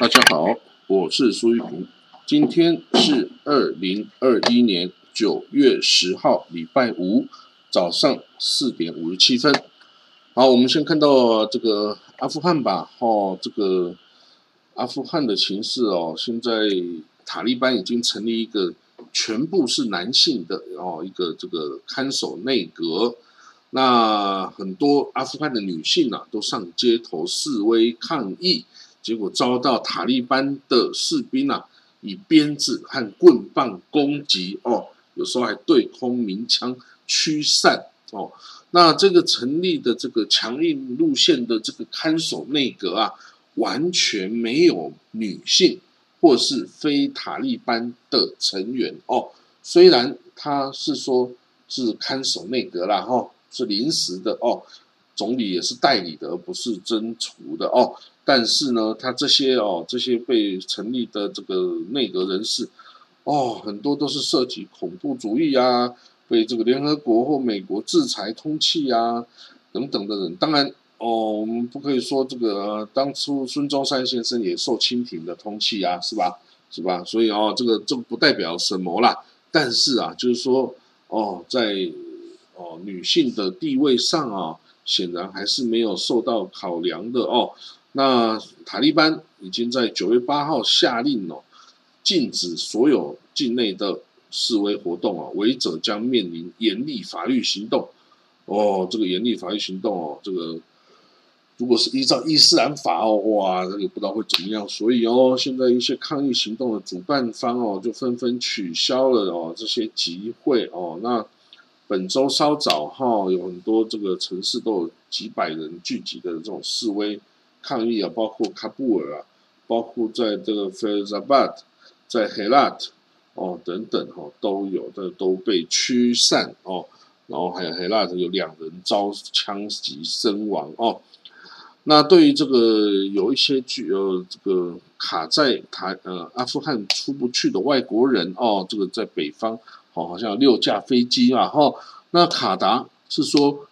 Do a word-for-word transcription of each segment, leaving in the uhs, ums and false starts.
大家好，我是苏玉平。今天是二零二一年九月十号，礼拜五早上四点五十七分。好，我们先看到这个阿富汗吧。哦，这个阿富汗的情势哦，现在塔利班已经成立一个全部是男性的哦一个这个看守内阁。那很多阿富汗的女性啊，都上街头示威抗议，结果遭到塔利班的士兵啊以鞭子和棍棒攻击哦，有时候还对空鸣枪驱散哦。那这个成立的这个强硬路线的这个看守内阁啊，完全没有女性或是非塔利班的成员哦。虽然他是说是看守内阁啦哈、哦。是临时的哦，总理也是代理的，而不是真除的哦。但是呢，他这些哦，这些被成立的这个内阁人士哦，很多都是涉及恐怖主义啊，被这个联合国或美国制裁通缉啊等等的人。当然哦，我们不可以说这个、呃、当初孙中山先生也受清廷的通缉啊，是吧？是吧？所以哦，这个这个不代表什么啦。但是啊，就是说哦，在哦，女性的地位上啊，显然还是没有受到考量的哦。那塔利班已经在九月八号下令哦，禁止所有境内的示威活动啊，违者将面临严厉法律行动。哦，这个严厉法律行动哦，这个如果是依照伊斯兰法哦，哇，这个不知道会怎么样。所以哦，现在一些抗议行动的主办方哦，就纷纷取消了哦这些集会哦。那本周稍早哈，有很多这个城市都有几百人聚集的这种示威抗议啊，包括喀布尔啊，包括在这个 Faizabad 在 Herat 哦等等哈、哦、都有的都被驱散哦，然后还有 Herat 有两人遭枪击身亡哦。那对于这个有一些具呃这个卡在台呃阿富汗出不去的外国人哦，这个在北方哦好像有六架飞机啊哈、哦。那卡达是说，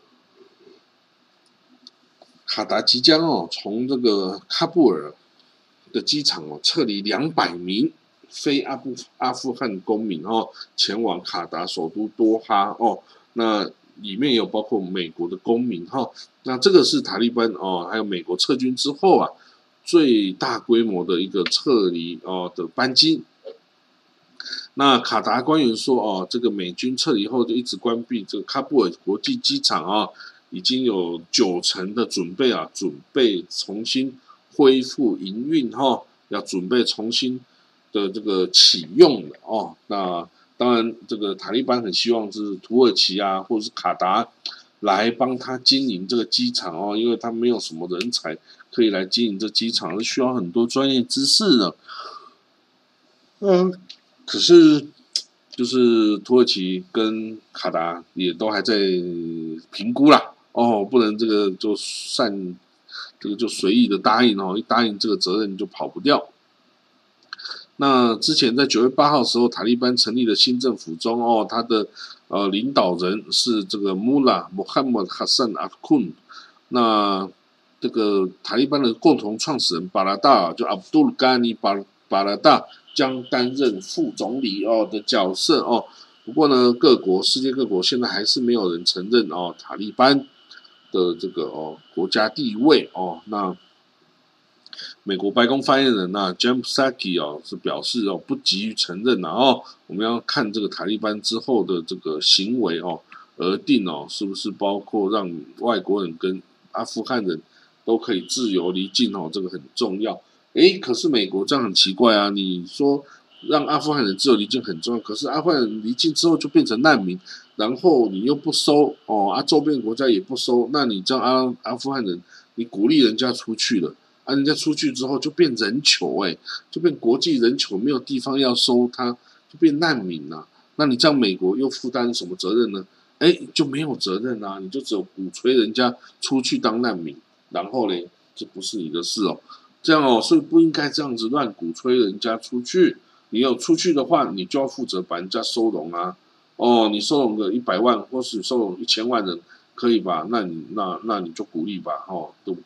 卡达即将哦从这个喀布尔的机场哦撤离两百名非阿布阿富汗公民哦，前往卡达首都多哈哦。那里面有包括美国的公民哈、哦。那这个是塔利班哦，还有美国撤军之后啊，最大规模的一个撤离哦的班机。那卡达官员说哦，这个美军撤离后就一直关闭这个喀布尔国际机场啊，已经有九成的准备啊，准备重新恢复营运哈、哦，要准备重新的这个启用了哦。那当然，这个塔利班很希望是土耳其啊，或者是卡达来帮他经营这个机场哦，因为他没有什么人才可以来经营这机场，是需要很多专业知识的。嗯，可是就是土耳其跟卡达也都还在评估啦，哦，不能这个就擅这个就随意的答应哦，一答应这个责任就跑不掉。那之前在九月八号的时候，塔利班成立了新政府中哦，他的呃领导人是这个穆拉穆罕默德哈桑阿坤。那这个塔利班的共同创始人巴拉达就阿卜杜尔甘尼巴巴拉达将担任副总理哦的角色哦。不过呢，各国世界各国现在还是没有人承认哦塔利班的这个哦国家地位哦。那美国白宫发言人呐、啊、Jen Psaki 哦是表示哦不急于承认呐、啊、哦，我们要看这个塔利班之后的这个行为哦而定哦，是不是包括让外国人跟阿富汗人都可以自由离境哦，这个很重要。诶，可是美国这样很奇怪啊，你说让阿富汗人自由离境很重要，可是阿富汗人离境之后就变成难民，然后你又不收哦，啊周边国家也不收，那你这样阿阿富汗人，你鼓励人家出去了。啊，人家出去之后就变人球哎、欸，就变国际人球，没有地方要收他，就变难民了、啊。那你这样美国又负担什么责任呢？哎，就没有责任啊，你就只有鼓吹人家出去当难民，然后嘞，这不是你的事哦。这样哦，所以不应该这样子乱鼓吹人家出去。你有出去的话，你就要负责把人家收容啊。哦，你收容个一百万，或是收容一千万人，可以吧？那你那那你就鼓励吧，哦，对不对？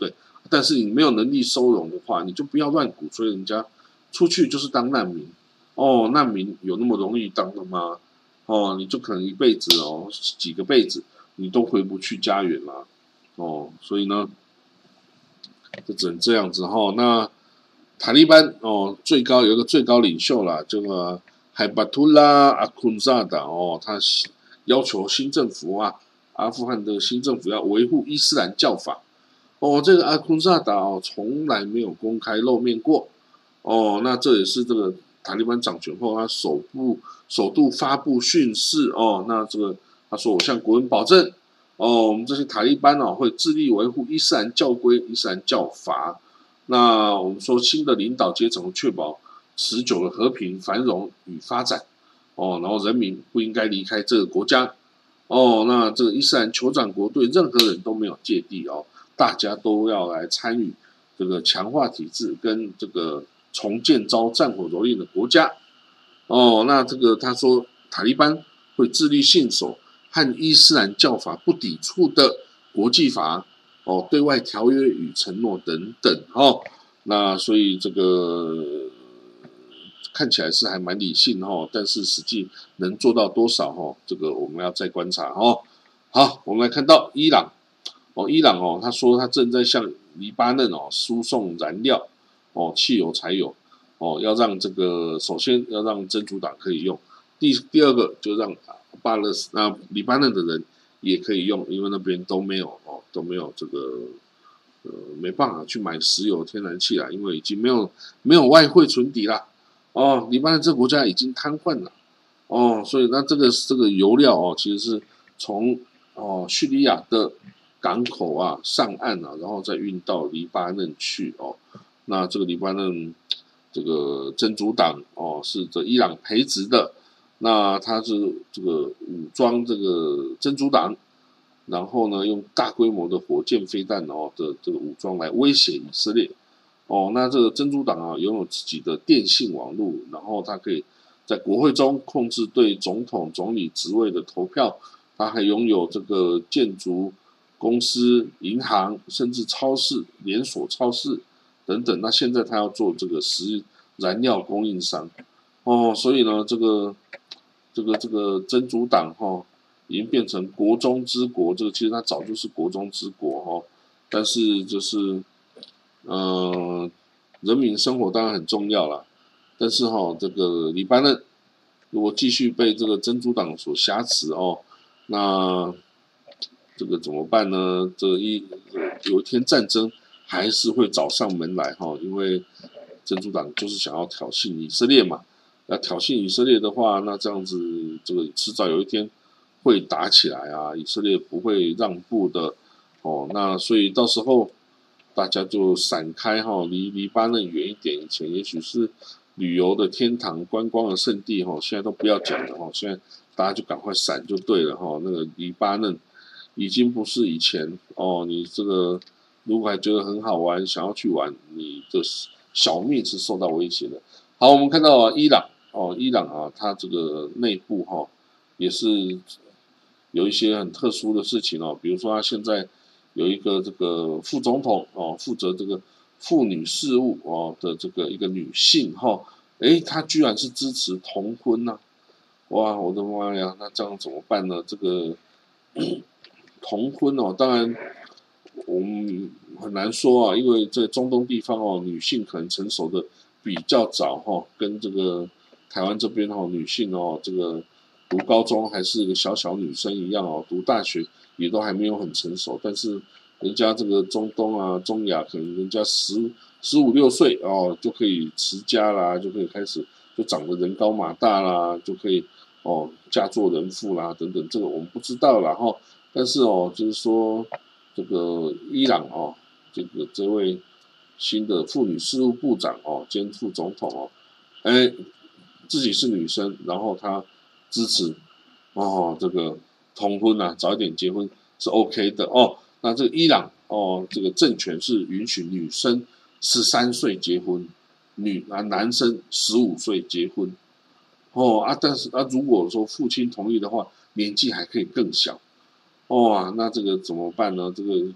但是你没有能力收容的话，你就不要乱鼓吹人家出去就是当难民哦。难民有那么容易当的吗？哦，你就可能一辈子哦，几个辈子你都回不去家园啦。哦，所以呢，就只能这样子哈、哦。那塔利班哦，最高有一个最高领袖啦，这个海巴图拉阿昆扎达哦，他要求新政府啊，阿富汗的新政府要维护伊斯兰教法。哦，这个阿昆扎达哦，从来没有公开露面过。哦，那这也是这个塔利班掌权后，他首部首度发布训示哦。那这个他说：“我向国人保证，哦，我们这些塔利班哦，会致力维护伊斯兰教规、伊斯兰教法。那我们说，新的领导阶层确保持久的和平、繁荣与发展。哦，然后人民不应该离开这个国家。哦，那这个伊斯兰酋长国对任何人都没有芥蒂哦。”大家都要来参与这个强化体制跟这个重建遭战火蹂躏的国家哦。那这个他说塔利班会致力信守和伊斯兰教法不抵触的国际法哦、对外条约与承诺等等哦。那所以这个看起来是还蛮理性哦，但是实际能做到多少哦？这个我们要再观察哦。好，我们来看到伊朗。哦，伊朗哦，他说他正在向黎巴嫩哦输送燃料，哦，汽油、柴油，哦，要让这个首先要让真主党可以用，第第二个就让巴勒斯那黎巴嫩的人也可以用，因为那边都没有哦都没有这个呃没办法去买石油、天然气啦，因为已经没有没有外汇存底啦，哦，黎巴嫩这个国家已经瘫痪了，哦，所以那这个这个油料哦，其实是从哦叙利亚的港口啊上岸啊，然后再运到黎巴嫩去哦。那这个黎巴嫩这个真主党哦是这伊朗培植的，那他是这个武装这个真主党，然后呢用大规模的火箭飞弹哦的这个武装来威胁以色列哦。那这个真主党啊拥有自己的电信网络，然后它可以在国会中控制对总统、总理职位的投票，它还拥有这个建筑公司、银行，甚至超市、连锁超市等等。那现在他要做这个石燃料供应商哦，所以呢，这个这个这个真主党哈、哦，已经变成国中之国。这个其实它早就是国中之国哈、哦，但是就是呃，人民生活当然很重要啦。但是哈、哦，这个黎巴嫩如果继续被这个真主党所挟持哦，那这个怎么办呢？这一有一天战争还是会找上门来哈，因为真主党就是想要挑衅以色列嘛。要挑衅以色列的话，那这样子这个迟早有一天会打起来啊，以色列不会让步的哦。那所以到时候大家就闪开哈，离黎巴嫩远一点。以前也许是旅游的天堂、观光的圣地哈，现在都不要讲了哈，现在大家就赶快闪就对了哈。那个黎巴嫩已经不是以前哦，你这个如果还觉得很好玩，想要去玩，你的小命是受到威胁的。好，我们看到、啊、伊朗哦，伊朗啊，它这个内部哈、哦、也是有一些很特殊的事情哦，比如说它现在有一个这个副总统哦，负责这个妇女事务哦的这个一个女性哈、哦，诶，她居然是支持同婚呐、啊！哇，我的妈呀，那这样怎么办呢？这个同婚哦，当然我们很难说啊，因为在中东地方哦，女性可能成熟的比较早哈、哦，跟这个台湾这边哦，女性哦，这个读高中还是个小小女生一样哦，读大学也都还没有很成熟，但是人家这个中东啊、中亚，可能人家十十五六岁哦就可以持家啦，就可以开始就长得人高马大啦，就可以哦嫁作人妇啦等等，这个我们不知道啦哈。但是哦，就是说这个伊朗哦，这个这位新的妇女事务部长哦兼副总统哦，哎，自己是女生，然后她支持哦这个同婚啊，早一点结婚是 OK 的哦。那这个伊朗哦，这个政权是允许女生十三岁结婚，女啊男生十五岁结婚哦啊，但是啊如果说父亲同意的话，年纪还可以更小。哦，那这个怎么办呢？这个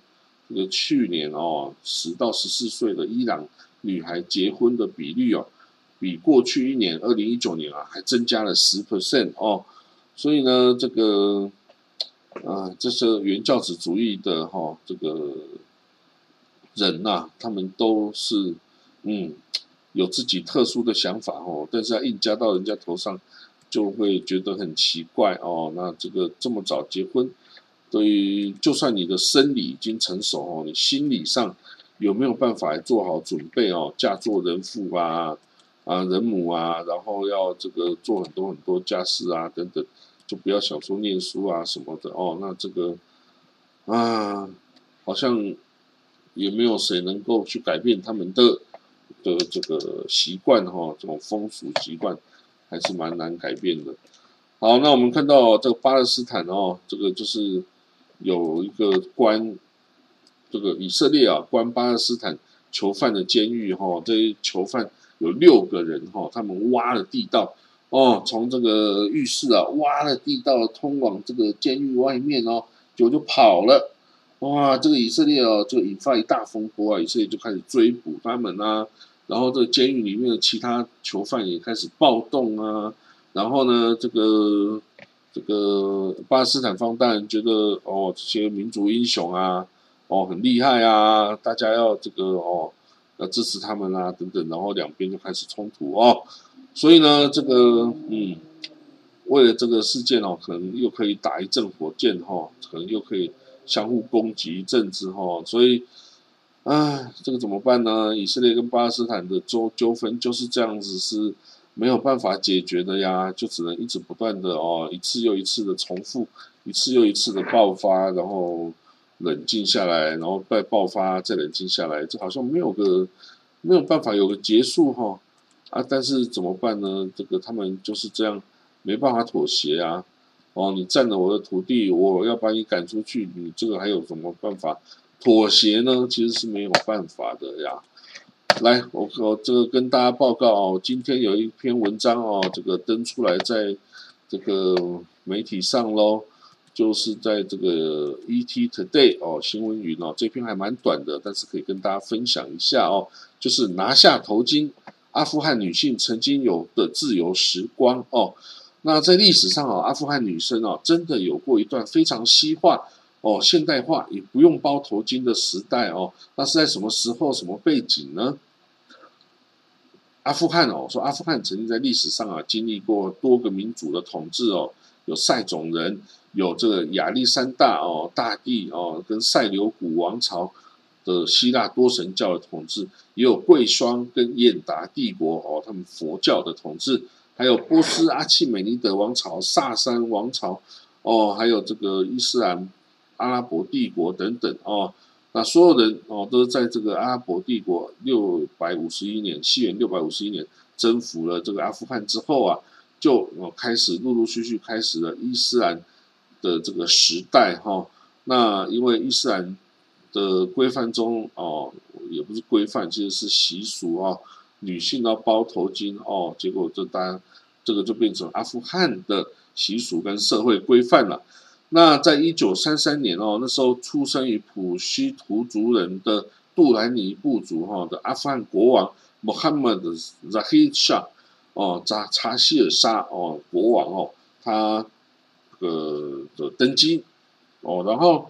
这个去年哦，十到十四岁的伊朗女孩结婚的比率哦，比过去一年二零一九年啊还增加了十 percent 哦，所以呢，这个啊，这是原教旨主义的哈、哦、这个人呐、啊，他们都是嗯有自己特殊的想法哦，但是要硬加到人家头上，就会觉得很奇怪哦。那这个这么早结婚，对于就算你的生理已经成熟哦，你心理上有没有办法做好准备哦？嫁做人妇啊，啊人母啊，然后要这个做很多很多家事啊等等，就不要想说念书啊什么的哦。那这个啊，好像也没有谁能够去改变他们的的这个习惯哈、哦，这种风俗习惯还是蛮难改变的。好，那我们看到这个巴勒斯坦哦，这个就是有一个关这个以色列啊关巴勒斯坦囚犯的监狱哈、哦，这些囚犯有六个人哈、哦，他们挖了地道哦，从这个浴室啊挖了地道通往这个监狱外面哦，结果就跑了。哇，这个以色列哦，就引发一大风波啊！以色列就开始追捕他们啊，然后这个监狱里面的其他囚犯也开始暴动啊，然后呢，这个这个巴勒斯坦方当然觉得哦，这些民族英雄啊，哦很厉害啊，大家要这个哦要支持他们啊等等，然后两边就开始冲突哦，所以呢，这个嗯，为了这个事件哦，可能又可以打一阵火箭哈、哦，可能又可以相互攻击一阵子哈、哦，所以。啊，这个怎么办呢？以色列跟巴勒斯坦的纠纠纷就是这样子，是没有办法解决的呀，就只能一直不断的哦，一次又一次的重复，一次又一次的爆发，然后冷静下来，然后再爆发，再冷静下来，这好像没有个没有办法有个结束哈、哦、啊！但是怎么办呢？这个他们就是这样，没办法妥协啊。哦，你占了我的土地，我要把你赶出去，你这个还有什么办法？妥协呢，其实是没有办法的呀。来，我我这个跟大家报告哦，今天有一篇文章哦，这个登出来在这个媒体上喽，就是在这个 E T Today 哦新闻云哦，这篇还蛮短的，但是可以跟大家分享一下哦，就是拿下头巾，阿富汗女性曾经有的自由时光哦。那在历史上哦，阿富汗女生哦，真的有过一段非常西化。哦，现代化也不用包头巾的时代哦，那是在什么时候、什么背景呢？阿富汗哦，说阿富汗曾经在历史上啊经历过多个民族的统治哦，有塞种人，有这个亚历山大哦大帝哦跟塞琉古王朝的希腊多神教的统治，也有贵霜跟燕达帝国哦他们佛教的统治，还有波斯阿契美尼德王朝、萨珊王朝哦，还有这个伊斯兰。阿拉伯帝国等等哦，那所有人哦都是在这个阿拉伯帝国六百五十一年，西元六百五十一年征服了这个阿富汗之后啊，就哦开始陆陆续续开始了伊斯兰的这个时代哈、哦。那因为伊斯兰的规范中哦，也不是规范，其实是习俗哦，女性要包头巾哦，结果这当然这个就变成阿富汗的习俗跟社会规范了。那在一九三三年哦，那时候出生于普希图族人的杜兰尼部族哈、哦、的阿富汗国王 Mohammad Zahid Shah 哦扎查希尔沙哦国王哦，他呃的登基哦，然后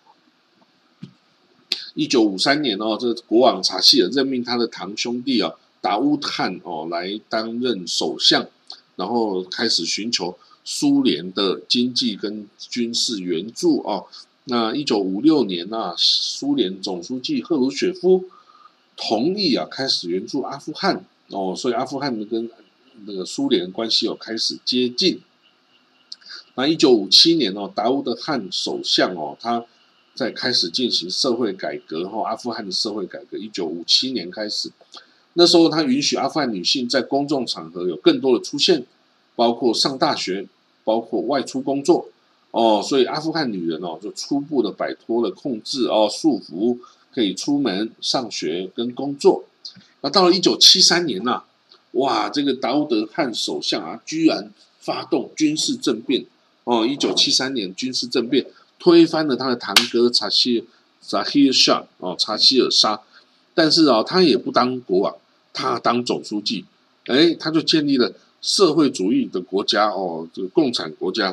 一九五三年哦，这个国王查希尔任命他的堂兄弟啊达乌汗哦来担任首相，然后开始寻求。苏联的经济跟军事援助哦，那一九五六年啊，苏联总书记赫鲁雪夫同意啊开始援助阿富汗哦，所以阿富汗跟那个苏联关系有开始接近。那一九五七年哦，达乌德汗首相哦，他在开始进行社会改革哈、哦，阿富汗的社会改革，一九五七年开始，那时候他允许阿富汗女性在公众场合有更多的出现。包括上大学，包括外出工作，哦，所以阿富汗女人哦，就初步的摆脱了控制哦束缚，可以出门上学跟工作。那到了一九七三年呐、啊，哇，这个达乌德汗首相啊，居然发动军事政变哦，一九七三年军事政变推翻了他的堂哥查希扎希尔沙哦，查希尔沙，但是啊，他也不当国王，他当总书记，哎，他就建立了社会主义的国家哦，这个共产国家，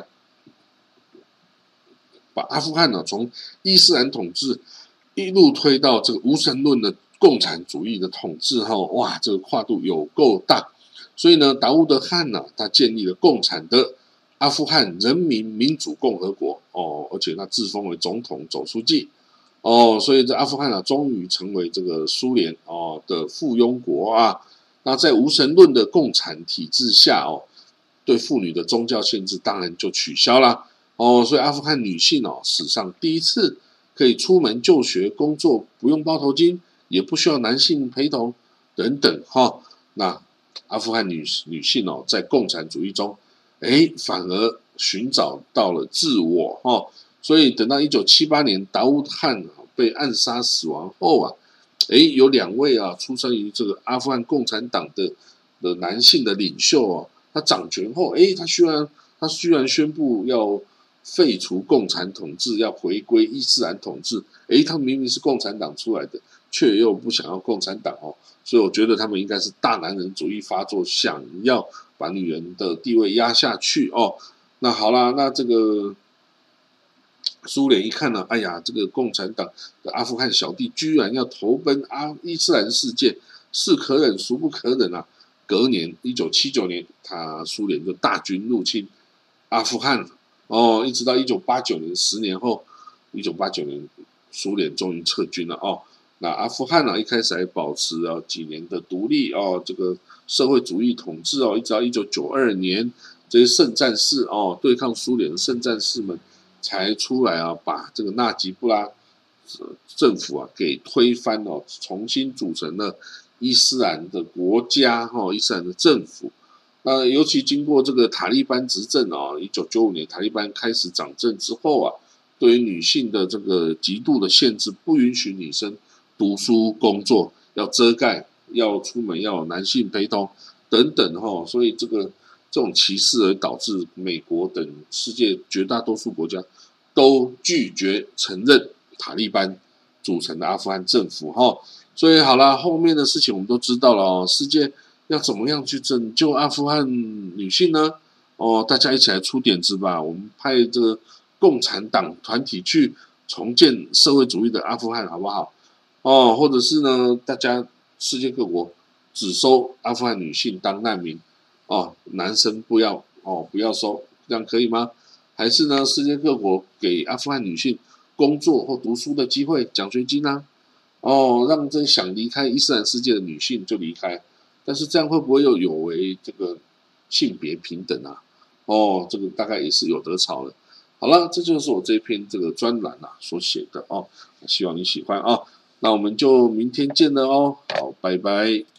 把阿富汗呢、啊、从伊斯兰统治一路推到这个无神论的共产主义的统治哈、哦，哇，这个跨度有够大，所以呢，达乌德汗呢、啊，他建立了共产的阿富汗人民民主共和国哦，而且他自封为总统总书记哦，所以这阿富汗啊，终于成为这个苏联哦的附庸国啊。那在无神论的共产体制下哦，对妇女的宗教限制当然就取消了哦，所以阿富汗女性哦，史上第一次可以出门就学、工作，不用包头巾，也不需要男性陪同等等哈、哦。那阿富汗女女性哦，在共产主义中，哎，反而寻找到了自我哈、哦。所以等到一九七八年达乌汗被暗杀死亡后啊，诶，有两位啊出生于这个阿富汗共产党的的男性的领袖哦，他掌权后，诶，他居然他居然宣布要废除共产统治，要回归伊斯兰统治。诶，他明明是共产党出来的，却又不想要共产党哦，所以我觉得他们应该是大男人主义发作，想要把女人的地位压下去哦。那好啦，那这个。苏联一看呢，哎呀，这个共产党的阿富汗小弟居然要投奔阿伊斯兰世界，是可忍孰不可忍啊！隔年，一九七九年，他苏联就大军入侵阿富汗，哦，一直到一九八九年，十年后，一九八九年，苏联终于撤军了哦。那阿富汗呢、啊，一开始还保持了几年的独立哦，这个社会主义统治哦，一直到一九九二年，这些圣战士哦，对抗苏联的圣战士们。才出来啊，把这个纳吉布拉政府啊给推翻哦，重新组成了伊斯兰的国家哈、哦，伊斯兰的政府。那尤其经过这个塔利班执政啊，一九九五年塔利班开始掌政之后啊，对于女性的这个极度的限制，不允许女生读书工作，要遮盖，要出门要有男性陪同等等哈、哦，所以这个。这种歧视而导致美国等世界绝大多数国家都拒绝承认塔利班组成的阿富汗政府哈，所以好了，后面的事情我们都知道了哦。世界要怎么样去拯救阿富汗女性呢？哦，大家一起来出点子吧！我们派这个共产党团体去重建社会主义的阿富汗，好不好？哦，或者是呢，大家世界各国只收阿富汗女性当难民。哦，男生不要哦，不要收，这样可以吗？还是呢，世界各国给阿富汗女性工作或读书的机会、奖学金啊？哦，让这想离开伊斯兰世界的女性就离开，但是这样会不会又有违这个性别平等啊？哦，这个大概也是有得吵了。好了，这就是我这篇这个专栏啊所写的哦，希望你喜欢啊。那我们就明天见了哦，好，拜拜。